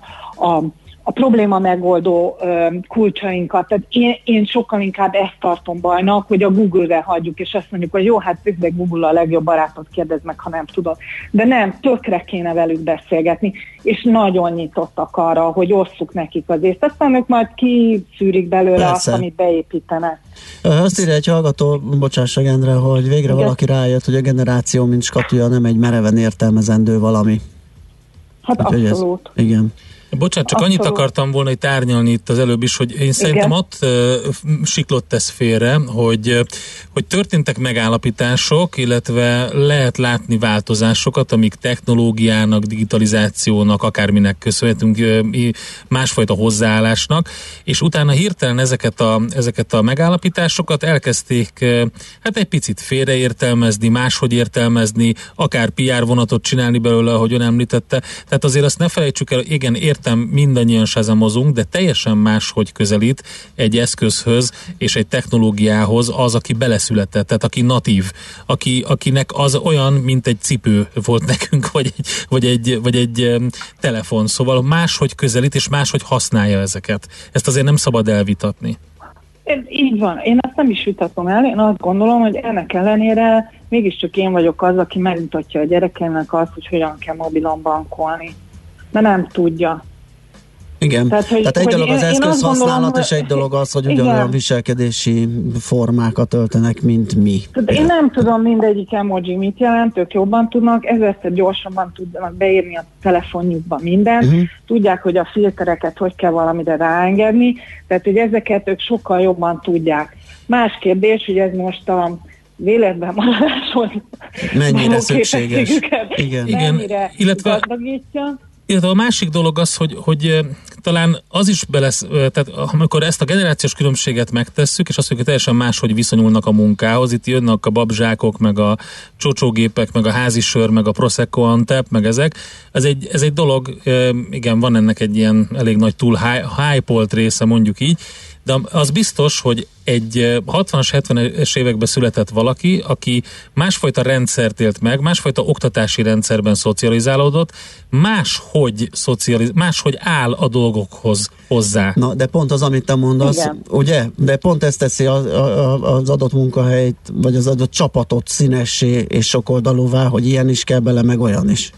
a probléma megoldó kulcsainkat. Tehát én sokkal inkább ezt tartom bajnak, hogy a Google-re hagyjuk, és azt mondjuk, hogy jó, hát de Google a legjobb barátot, kérdezd meg, ha nem tudod. De nem, tökre kéne velük beszélgetni, és nagyon nyitottak arra, hogy osszuk nekik az észt. Aztán ők majd kiszűrik belőle azt, amit beépítenek. Azt írja egy hallgató, bocsássak Endre, hogy végre valaki rájött, hogy a generáció, mint skatuja, nem egy mereven értelmezendő valami. Hát abszolút. Igen. Bocsánat, csak annyit akartam volna itt árnyalni itt az előbb is, hogy én szerintem ott siklott ez félre, hogy történtek megállapítások, illetve lehet látni változásokat, amik technológiának, digitalizációnak, akárminek köszönhetünk, másfajta hozzáállásnak, és utána hirtelen ezeket a megállapításokat elkezdték hát egy picit félreértelmezni, máshogy értelmezni, akár PR vonatot csinálni belőle, ahogy ön említette. Tehát azért azt ne felejtsük el, igen, értem, mindannyian sezamozunk, de teljesen máshogy közelít egy eszközhöz és egy technológiához az, aki beleszületett, tehát aki natív, akinek az olyan, mint egy cipő volt nekünk, vagy egy telefon. Szóval máshogy közelít és máshogy használja ezeket. Ezt azért nem szabad elvitatni. Így van. Én ezt nem is vitatom el. Én azt gondolom, hogy ennek ellenére mégiscsak én vagyok az, aki megmutatja a gyerekeimnek azt, hogy hogyan kell mobilon bankolni. De nem tudja. Igen, tehát egy dolog az eszközhasználat, és egy dolog az, hogy ugyanolyan viselkedési formákat öltenek, mint mi. Én nem tudom mindegyik emoji mit jelent, ők jobban tudnak, ezerszer gyorsabban tudnak beírni a telefonjukba mindent, tudják, hogy a filtereket hogy kell valamire ráengedni, tehát hogy ezeket ők sokkal jobban tudják. Más kérdés, hogy ez most a véletben maradáshoz mennyire szükséges. Igen. Mennyire illetve gazdagítja. Illetve a másik dolog az, hogy talán az is tehát amikor ezt a generációs különbséget megtesszük, és azt mondjuk, hogy teljesen máshogy viszonyulnak a munkához, itt jönnek a babzsákok, meg a csocsógépek, meg a házisör, meg a Prosecco Antep, meg ezek. Ez egy dolog, igen, van ennek egy ilyen elég nagy túl hype-olt része, mondjuk így, de az biztos, hogy egy 60-as, 70-es években született valaki, aki másfajta rendszert élt meg, másfajta oktatási rendszerben szocializálódott, máshogy áll a dolgokhoz hozzá. Na, de pont az, amit te mondasz, igen. Ugye? De pont ezt teszi az adott munkahelyt, vagy az adott csapatot színessé és sokoldalúvá, hogy ilyen is kell bele, meg olyan is.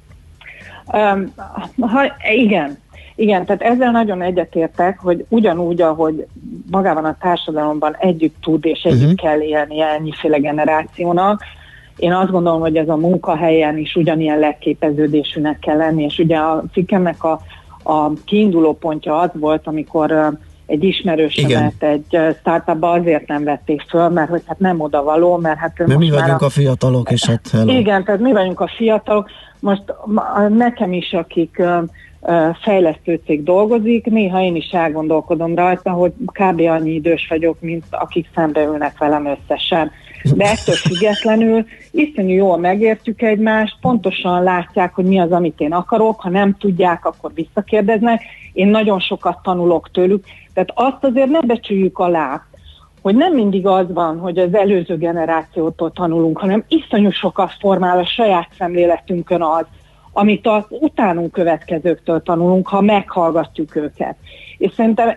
Igen, tehát ezzel nagyon egyetértek, hogy ugyanúgy, ahogy magában a társadalomban együtt tud és együtt kell élni ennyiféle generációnak, én azt gondolom, hogy ez a munkahelyen is ugyanilyen leképeződésűnek kell lenni, és ugye a cikkemnek a kiinduló pontja az volt, amikor egy ismerősemet egy startupba azért nem vették föl, mert hogy hát nem odavaló, mert mi vagyunk a fiatalok, és hát hello. Igen, tehát mi vagyunk a fiatalok. Most nekem is, akik fejlesztő cég dolgozik, néha én is elgondolkodom rajta, hogy kb. Annyi idős vagyok, mint akik szembe ülnek velem összesen. De ettől függetlenül iszonyú jól megértjük egymást, pontosan látják, hogy mi az, amit én akarok, ha nem tudják, akkor visszakérdeznek. Én nagyon sokat tanulok tőlük, tehát azt azért ne becsüljük alá, hogy nem mindig az van, hogy az előző generációtól tanulunk, hanem iszonyú sokat formál a saját szemléletünkön az, amit az utánunk következőktől tanulunk, ha meghallgatjuk őket. És szerintem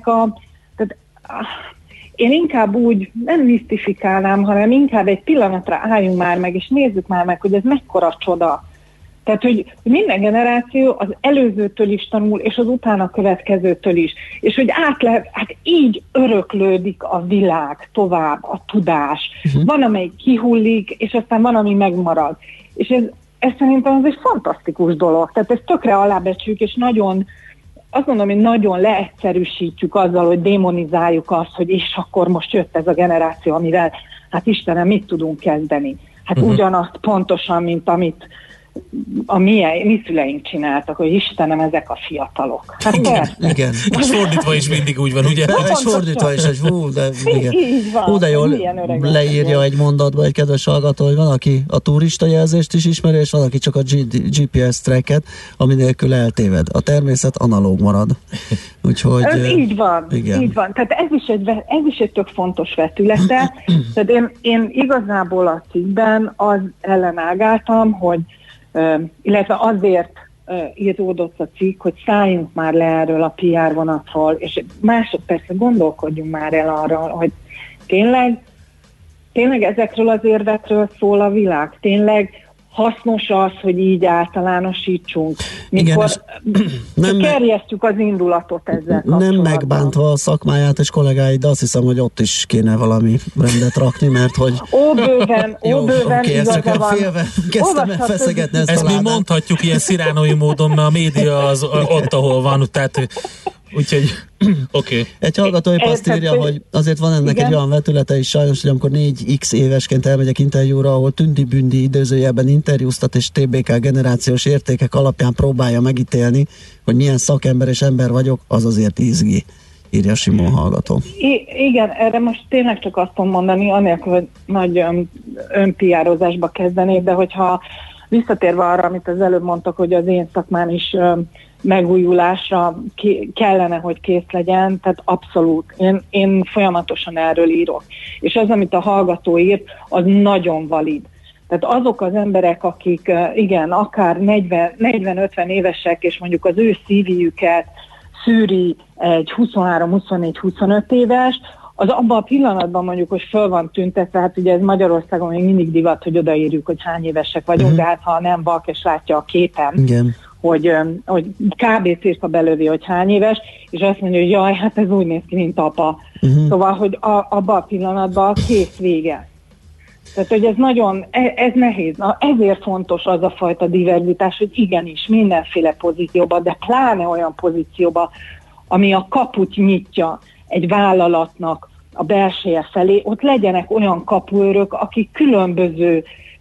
én inkább úgy nem misztifikálnám, hanem inkább egy pillanatra álljunk már meg, és nézzük már meg, hogy ez mekkora csoda. Tehát, hogy minden generáció az előzőtől is tanul, és az utána következőtől is. És hogy így öröklődik a világ tovább, a tudás. Van, amelyik kihullik, és aztán van, ami megmarad. És ez szerintem ez egy fantasztikus dolog. Tehát ezt tökre alábecsüljük, és azt mondom, hogy nagyon leegyszerűsítjük azzal, hogy démonizáljuk azt, hogy és akkor most jött ez a generáció, amivel, hát Istenem, mit tudunk kezdeni? Hát ugyanazt pontosan, mint amit a mi szüleink csináltak, hogy Istenem, ezek a fiatalok. Hát igen. És fordítva is mindig úgy van, ugye? És fordítva is, hogy de jól leírja egy mondatba egy kedves hallgató, hogy van, aki a turista jelzést is ismeri, és van, aki csak a GPS tracket, ami nélkül eltéved. A természet analóg marad. Úgyhogy... Így van. Tehát ez is egy tök fontos vetülete. Tehát én igazából a cikkben az ellenágáltam, hogy illetve azért íródott a cikk, hogy szálljunk már le erről a PR vonatról, és másodpercre gondolkodjunk már el arra, hogy tényleg ezekről az érvekről szól a világ, tényleg hasznos az, hogy így általánosítsunk, mikor kerjesztjük az indulatot ezzel kapcsolatban. Nem megbántva a szakmáját és kollégáid, de azt hiszem, hogy ott is kéne valami rendet rakni, mert hogy... Óbőven, igaza van. Kezdtem el feszegetni ezt mi mondhatjuk ilyen sziránói módon, mert a média az ott, ahol van, tehát... Úgyhogy, oké. Egy hallgató épp azt írja, hogy azért van ennek egy olyan vetülete is sajnos, hogy amikor 4x évesként elmegyek interjúra, ahol tündi-bündi időzőjelben interjúztat és TBK generációs értékek alapján próbálja megítélni, hogy milyen szakember és ember vagyok, az azért izgi, írja Simon hallgató. Igen, erre most tényleg csak azt tudom mondani, anélkül, hogy nagy önpiározásba kezdenék, de hogyha visszatérve arra, amit az előbb mondtak, hogy az én szakmám is megújulásra kellene, hogy kész legyen, tehát abszolút. Én folyamatosan erről írok. És az, amit a hallgató írt, az nagyon valid. Tehát azok az emberek, akik igen, akár 40-50 évesek, és mondjuk az ő CV-jüket szűri egy 23-24-25 éves, az abban a pillanatban mondjuk, hogy föl van tüntetve, hát ugye ez Magyarországon még mindig divat, hogy odaírjuk, hogy hány évesek vagyunk, de hát ha nem vak és látja a képen, hogy kb. Cirka belövi, hogy hány éves, és azt mondja, hogy jaj, hát ez úgy néz ki, mint apa. Szóval, hogy abban a pillanatban kész vége. Tehát, hogy ez nehéz. Na, ezért fontos az a fajta diverzitás, hogy igenis, mindenféle pozícióban, de pláne olyan pozícióban, ami a kaput nyitja egy vállalatnak a belseje felé, ott legyenek olyan kapuőrök, akik különböző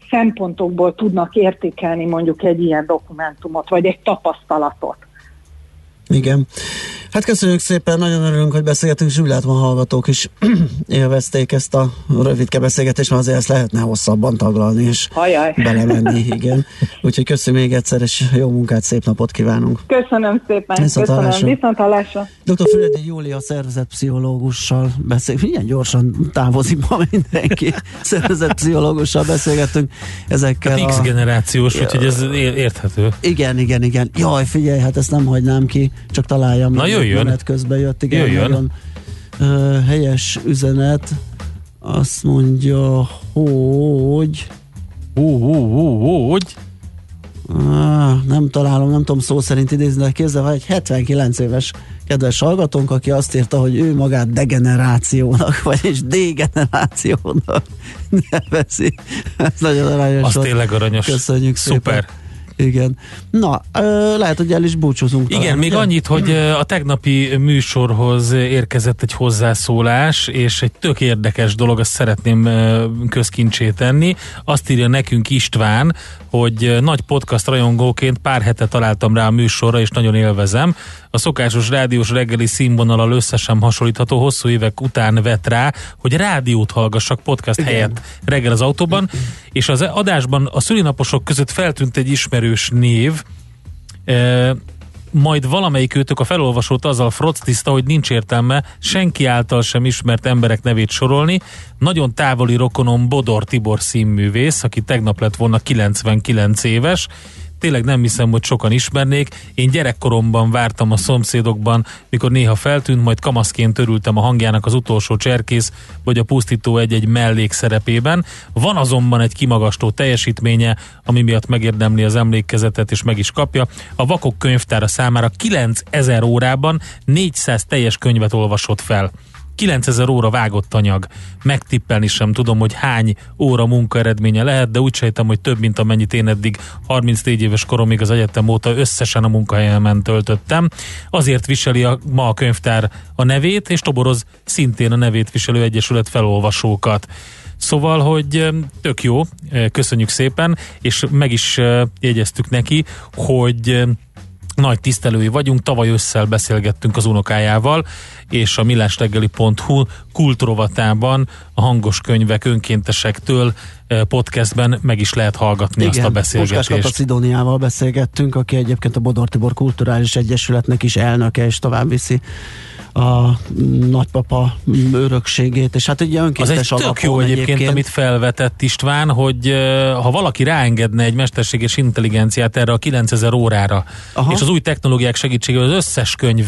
szempontokból tudnak értékelni mondjuk egy ilyen dokumentumot, vagy egy tapasztalatot. Igen. Hát köszönjük szépen, nagyon örülünk, hogy beszélgetünk, és úgy látom, a hallgatók is élvezték ezt a rövidke beszélgetést, mert azért ezt lehetne hosszabban taglalni, és belemenni, igen. Úgyhogy köszönjük még egyszer, és jó munkát, szép napot kívánunk. Köszönöm szépen, viszonthallásra. Dr. Füredi Júlia szervezetpszichológussal ilyen gyorsan távozik ma mindenki. Szervezetpszichológussal beszélgettünk ezekkel. Hát X-generációs, úgyhogy ez érthető. Igen. Jaj, figyelj, hát ezt nem hagynám ki, csak találjam. Na jöjjön. Menet közben jött, igen, nagyon helyes üzenet. Azt mondja, hogy nem találom, nem tudom szó szerint idézni, de képzelve egy 79 éves kedves hallgatónk, aki azt írta, hogy ő magát degenerációnak, vagyis degenerációnak nevezi. Ez nagyon aranyos. Az tényleg aranyos. Köszönjük szuper. Szépen. Igen. Na, lehet, hogy el is búcsúzunk. Igen, talán, még ugye? Annyit, hogy a tegnapi műsorhoz érkezett egy hozzászólás, és egy tök érdekes dolog, azt szeretném közkincsé tenni. Azt írja nekünk István, hogy nagy podcast rajongóként pár hete találtam rá a műsorra, és nagyon élvezem. A szokásos rádiós reggeli színvonallal össze sem hasonlítható, hosszú évek után vett rá, hogy rádiót hallgassak podcast helyett reggel az autóban, és az adásban a szülinaposok között feltűnt egy ismerős név, majd valamelyik őtök a felolvasót azzal froctiszta, hogy nincs értelme senki által sem ismert emberek nevét sorolni. Nagyon távoli rokonom Bodor Tibor színművész, aki tegnap lett volna 99 éves. Tényleg nem hiszem, hogy sokan ismernék. Én gyerekkoromban vártam a szomszédokban, mikor néha feltűnt, majd kamaszként örültem a hangjának az utolsó cserkész, vagy a pusztító egy-egy mellékszerepében. Van azonban egy kimagasló teljesítménye, ami miatt megérdemli az emlékezetet, és meg is kapja. A Vakok könyvtára számára 9000 órában 400 teljes könyvet olvasott fel. 9000 óra vágott anyag. Megtippelni sem tudom, hogy hány óra munka eredménye lehet, de úgy sejtem, hogy több, mint amennyit én eddig 34 éves koromig az egyetem óta összesen a munkahelyemen töltöttem. Azért viseli ma a könyvtár a nevét, és toboroz szintén a nevét viselő egyesület felolvasókat. Szóval, hogy tök jó, köszönjük szépen, és meg is jegyeztük neki, hogy nagy tisztelői vagyunk, tavaly ősszel beszélgettünk az unokájával, és a millásreggeli.hu kultrovatában a hangos könyvek önkéntesektől podcastben meg is lehet hallgatni azt a beszélgetést. Igen, Puskás Szidóniával beszélgettünk, aki egyébként a Bodor Tibor Kulturális Egyesületnek is elnöke, és tovább viszi a nagypapa örökségét, és hát ugye önkéntes alapon. Az egy tök jó egyébként, amit felvetett István, hogy ha valaki ráengedne egy mesterséges intelligenciát erre a 9000 órára, és az új technológiák segítségével az összes könyv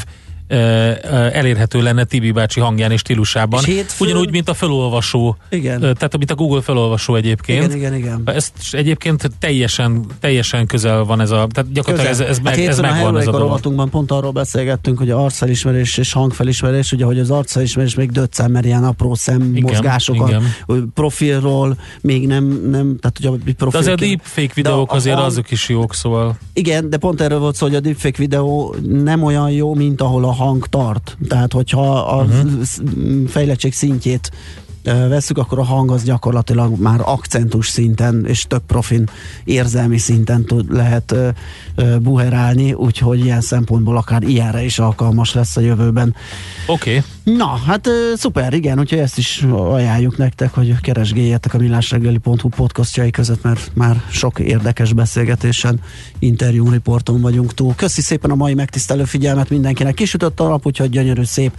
elérhető lenne Tibi bácsi hangján és stílusában. Ugyanúgy, mint a felolvasó. Igen. Tehát, amit a Google felolvasó egyébként. Igen. Ez egyébként teljesen közel van ez a... Tehát gyakorlatilag ez megvan ez a dolog. Pont arról beszélgettünk, hogy arcfelismerés és hangfelismerés, ugye, hogy az arcfelismerés még döccen, mert ilyen apró szemmozgások profilról még nem tehát ugye a profil... De azért a deepfake videók azért azok is jók, szóval... Igen, de pont erről volt szó, hogy a deepfake videó nem olyan jó, mint ahol a hang tart. Tehát, hogyha a fejlettség szintjét vesszük, akkor a hang az gyakorlatilag már akcentus szinten és tök profin érzelmi szinten lehet buherálni, úgyhogy ilyen szempontból akár ilyenre is alkalmas lesz a jövőben. Oké. Na, hát szuper, igen, úgyhogy ezt is ajánljuk nektek, hogy keresgéljetek a millásreggeli.hu podcastjai között, mert már sok érdekes beszélgetésen, interjú, riporton vagyunk túl. Köszi szépen a mai megtisztelő figyelmet mindenkinek. Kisütött a nap, úgyhogy gyönyörű, szép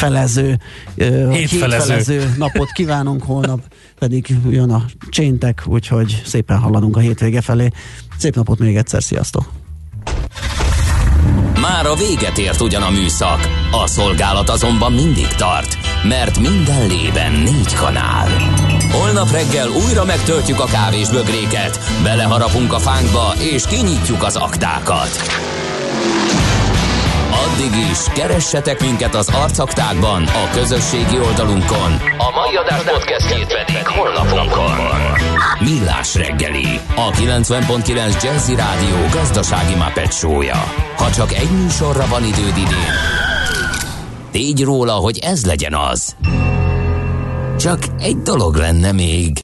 hétfelező napot kívánunk, holnap pedig jön a cséntek, úgyhogy szépen haladunk a hétvége felé. Szép napot még egyszer, sziasztok! Már a véget ért ugyan a műszak, a szolgálat azonban mindig tart, mert minden lében 4 kanál. Holnap reggel újra megtöltjük a kávésbögréket, beleharapunk a fánkba és kinyitjuk az aktákat. Addig is keressetek minket az arcaktákban, a közösségi oldalunkon. A mai adás podcastjét pedig honlapunkon. Millás reggeli, a 90.9 Jazzy Rádió gazdasági Muppet show-ja. Ha csak egy műsorra van időd idén, tégy róla, hogy ez legyen az. Csak egy dolog lenne még.